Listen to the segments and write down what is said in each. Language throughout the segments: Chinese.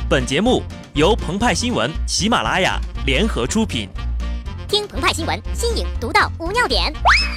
本节目由澎湃新闻、喜马拉雅联合出品。 听澎湃新闻，新颖独到，无尿点。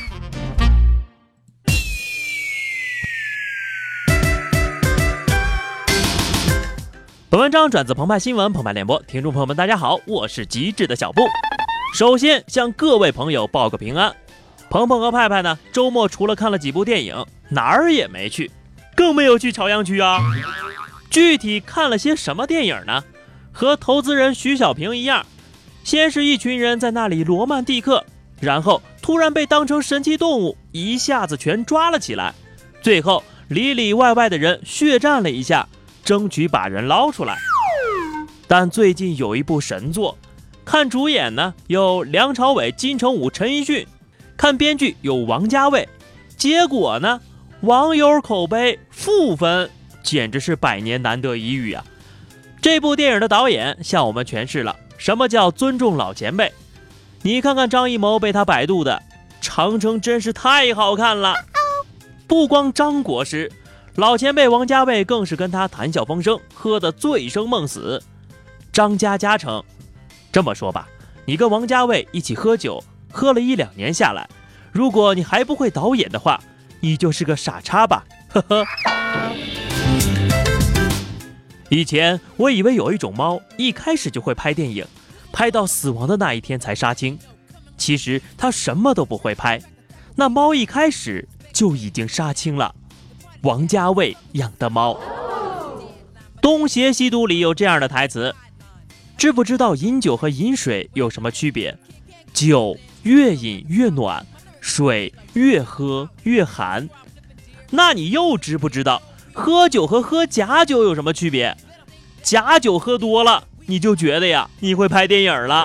本文章转自澎湃新闻澎湃联播，听众朋友们，大家好，我是机智的小布。首先向各位朋友报个平安，鹏鹏和派派呢，周末除了看了几部电影，哪儿也没去，更没有去朝阳区啊。具体看了些什么电影呢？和投资人徐小平一样，先是一群人在那里罗曼蒂克，然后突然被当成神奇动物，一下子全抓了起来，最后里里外外的人血战了一下，争取把人捞出来。但最近有一部神作，看主演呢有梁朝伟、金城武、陈奕迅，看编剧有王家卫，结果呢网友口碑负分，简直是百年难得一遇啊！这部电影的导演向我们诠释了什么叫尊重老前辈。你看看张艺谋被他摆渡的长城真是太好看了，不光张国师，老前辈王家卫更是跟他谈笑风生，喝得醉生梦死。张家称，这么说吧，你跟王家卫一起喝酒，喝了1-2年下来，如果你还不会导演的话，你就是个傻叉吧，呵呵。以前我以为有一种猫一开始就会拍电影，拍到死亡的那一天才杀青，其实它什么都不会拍，那猫一开始就已经杀青了。王家卫养的猫。东邪西毒里有这样的台词，知不知道饮酒和饮水有什么区别？酒越饮越暖，水越喝越寒。那你又知不知道喝酒和喝假酒有什么区别？假酒喝多了，你就觉得呀，你会拍电影了。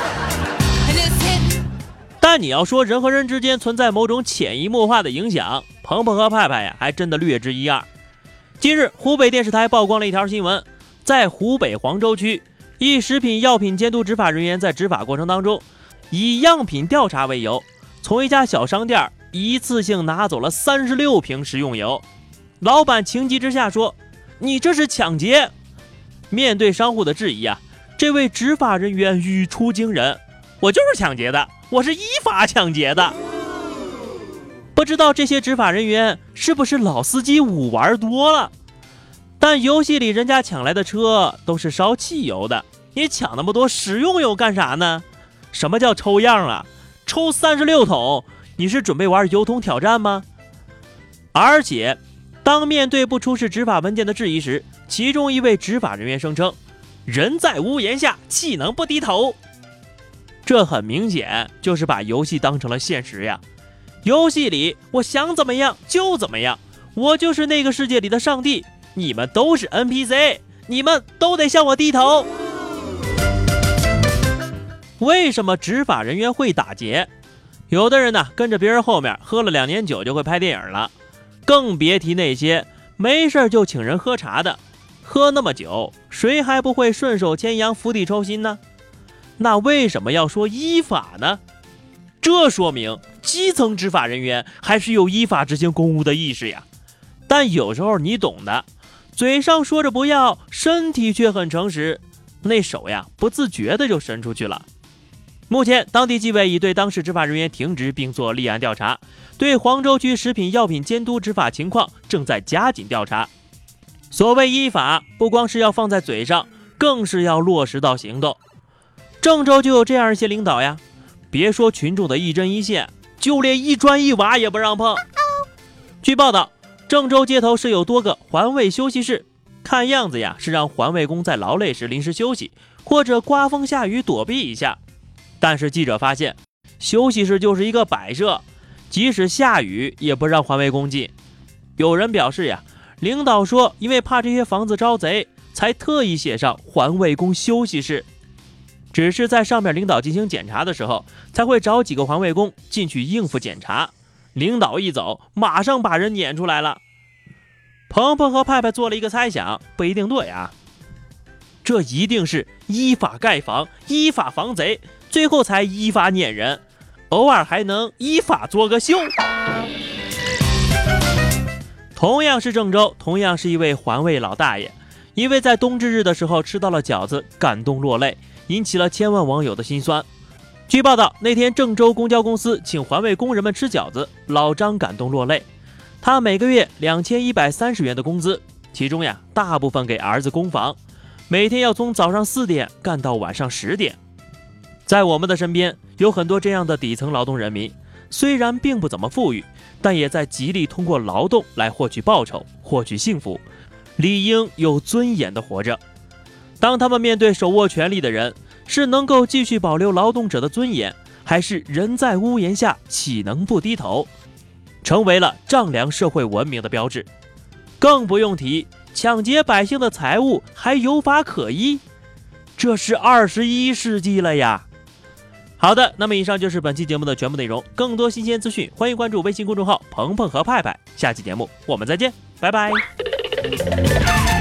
但你要说人和人之间存在某种潜移默化的影响，鹏鹏和派派呀，还真的略知一二。近日，湖北电视台曝光了一条新闻，在湖北黄州区，一食品药品监督执法人员在执法过程当中，以样品调查为由，从一家小商店一次性拿走了36瓶食用油。老板情急之下说：“你这是抢劫！”面对商户的质疑啊，这位执法人员语出惊人：“我就是抢劫的，我是依法抢劫的。”不知道这些执法人员是不是老司机舞玩多了？但游戏里人家抢来的车都是烧汽油的，你抢那么多食用油干啥呢？什么叫抽样啊？抽36桶，你是准备玩油桶挑战吗？而且当面对不出示执法文件的质疑时，其中一位执法人员声称：“人在屋檐下，岂能不低头？”这很明显就是把游戏当成了现实呀。游戏里我想怎么样就怎么样，我就是那个世界里的上帝，你们都是 NPC， 你们都得向我低头。为什么执法人员会打劫？有的人呢，跟着别人后面喝了2年酒就会拍电影了，更别提那些没事就请人喝茶的，喝那么久，谁还不会顺手牵羊釜底抽薪呢？那为什么要说依法呢？这说明基层执法人员还是有依法执行公务的意识呀。但有时候你懂的，嘴上说着不要，身体却很诚实，那手呀不自觉的就伸出去了。目前当地纪委已对当事执法人员停职并做立案调查，对黄州区食品药品监督执法情况正在加紧调查。所谓依法，不光是要放在嘴上，更是要落实到行动。郑州就有这样一些领导呀，别说群众的一针一线，就连一砖一瓦也不让碰。据报道，郑州街头设有多个环卫休息室，看样子呀是让环卫工在劳累时临时休息，或者刮风下雨躲避一下。但是记者发现，休息室就是一个摆设，即使下雨也不让环卫工进。有人表示呀，领导说因为怕这些房子招贼，才特意写上环卫工休息室。只是在上面领导进行检查的时候，才会找几个环卫工进去应付检查。领导一走，马上把人撵出来了。鹏鹏和派派做了一个猜想，不一定对啊。这一定是依法盖房，依法防贼，最后才依法撵人，偶尔还能依法做个秀。同样是郑州，同样是一位环卫老大爷， 因为在冬至日的时候吃到了饺子，感动落泪，引起了千万网友的心酸。据报道，那天郑州公交公司请环卫工人们吃饺子，老张感动落泪。他每个月2130元的工资，其中呀大部分给儿子供房，每天要从早上4点干到晚上10点。在我们的身边有很多这样的底层劳动人民，虽然并不怎么富裕，但也在极力通过劳动来获取报酬，获取幸福，理应有尊严地活着。当他们面对手握权力的人，是能够继续保留劳动者的尊严，还是人在屋檐下岂能不低头，成为了丈量社会文明的标志。更不用提抢劫百姓的财物还有法可依，这是21世纪了呀。好的，那么以上就是本期节目的全部内容，更多新鲜资讯欢迎关注微信公众号鹏鹏和派派，下期节目我们再见，拜拜。